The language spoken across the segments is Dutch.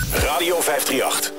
Radio 538.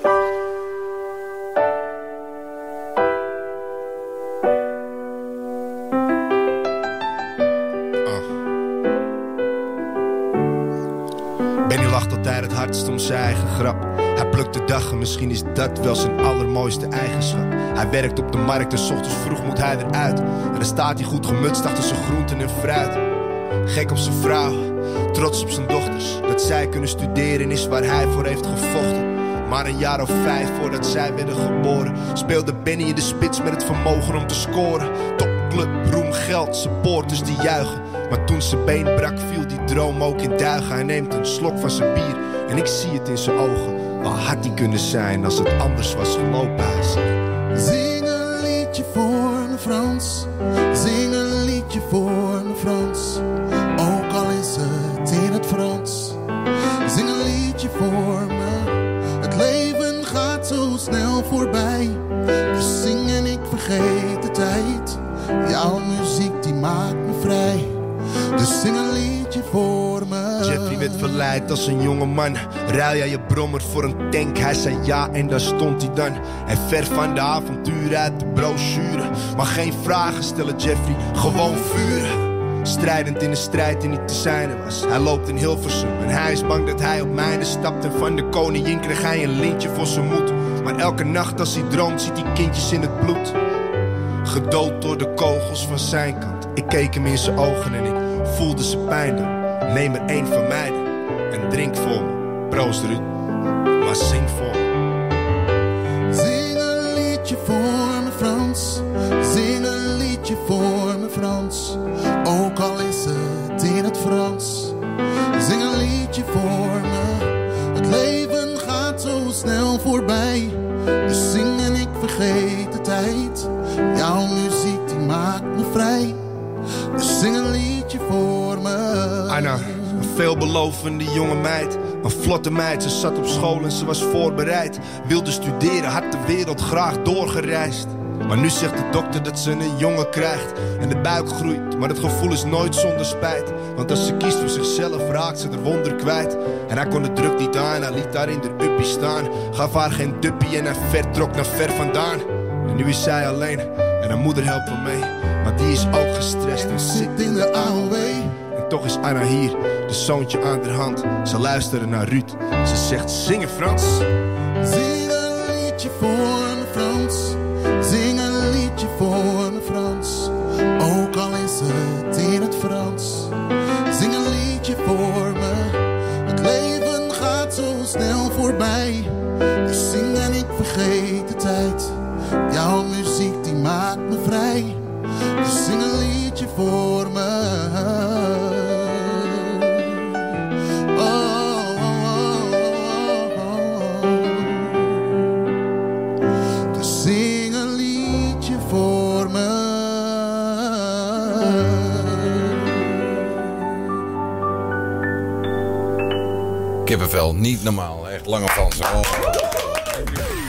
Benny lacht altijd het hardst om zijn eigen grap. Hij plukt de dag en misschien is dat wel zijn allermooiste eigenschap. Hij werkt op de markt en 's ochtends vroeg moet hij eruit. En dan staat hij goed gemutst achter zijn groenten en fruit. Gek op zijn vrouw, trots op zijn dochters. Dat zij kunnen studeren is waar hij voor heeft gevochten. Maar een jaar of 5 voordat zij werden geboren speelde Benny in de spits met het vermogen om te scoren. Topclub, roem, geld, supporters die juichen. Maar toen zijn been brak viel die droom ook in duigen. Hij neemt een slok van zijn bier en ik zie het in zijn ogen. Wat had hij kunnen zijn als het anders was gelopen? Hij zegt: zing een liedje voor me Frans. Zing een liedje voor me Frans. Ook al is het in het Frans. Zing een liedje voor me. Het leven gaat zo snel voorbij. Dus zing en ik vergeet de tijd. Jouw muziek die maakt me vrij. Dus zing een liedje voor me. Jeffrey werd verleid als een jonge man. Ruil jij je brommer voor een tank? Hij zei ja en daar stond hij dan. En ver van de avonturen uit de brochure. Maar geen vragen stellen Jeffrey, gewoon vuren. Strijdend in een strijd die niet te zijne was. Hij loopt in Hilversum en hij is bang dat hij op mijnen stapt. En van de koningin kreeg hij een lintje voor zijn moed. Maar elke nacht als hij droomt ziet hij kindjes in het bloed. Gedood door de kogels van zijn kant. Ik keek hem in zijn ogen en ik voelde zijn pijn doen. Neem er 1 van mij en drink voor me. Proost Ruud, maar zing voor me. Zing een liedje voor me Frans. Zing een liedje voor me Frans. Ook al is het in het Frans. Zing een liedje voor me. Het leven gaat zo snel voorbij. Dus zing en ik vergeet de tijd. Jouw muziek die maakt me vrij. Dus zing een liedje voor me. Anna, een veelbelovende jonge meid. Een vlotte meid, ze zat op school en ze was voorbereid. Wilde studeren, had de wereld graag doorgereisd. Maar nu zegt de dokter dat ze een jongen krijgt. En de buik groeit, maar het gevoel is nooit zonder spijt. Want als ze kiest voor zichzelf, raakt ze er wonder kwijt. En hij kon de druk niet aan, hij liet daar in de uppie staan. Gaf haar geen duppie en hij vertrok naar ver vandaan. En nu is zij alleen en haar moeder helpt hem mee. Maar die is ook gestrest en zit in de AOW. En toch is Anna hier, de zoontje aan haar hand. Ze luisteren naar Ruud, ze zegt zingen Frans. Zing een liedje voor me Frans. Zing een liedje voor me Frans. Ook al is het in het Frans. Zing een liedje voor me. Het leven gaat zo snel voorbij. Dus zing en ik vergeet de tijd. Jouw muziek die maakt me vrij. Dus zing een liedje voor me. Zing een liedje voor me. Kippenvel, niet normaal. Echt lange Frans. Oh.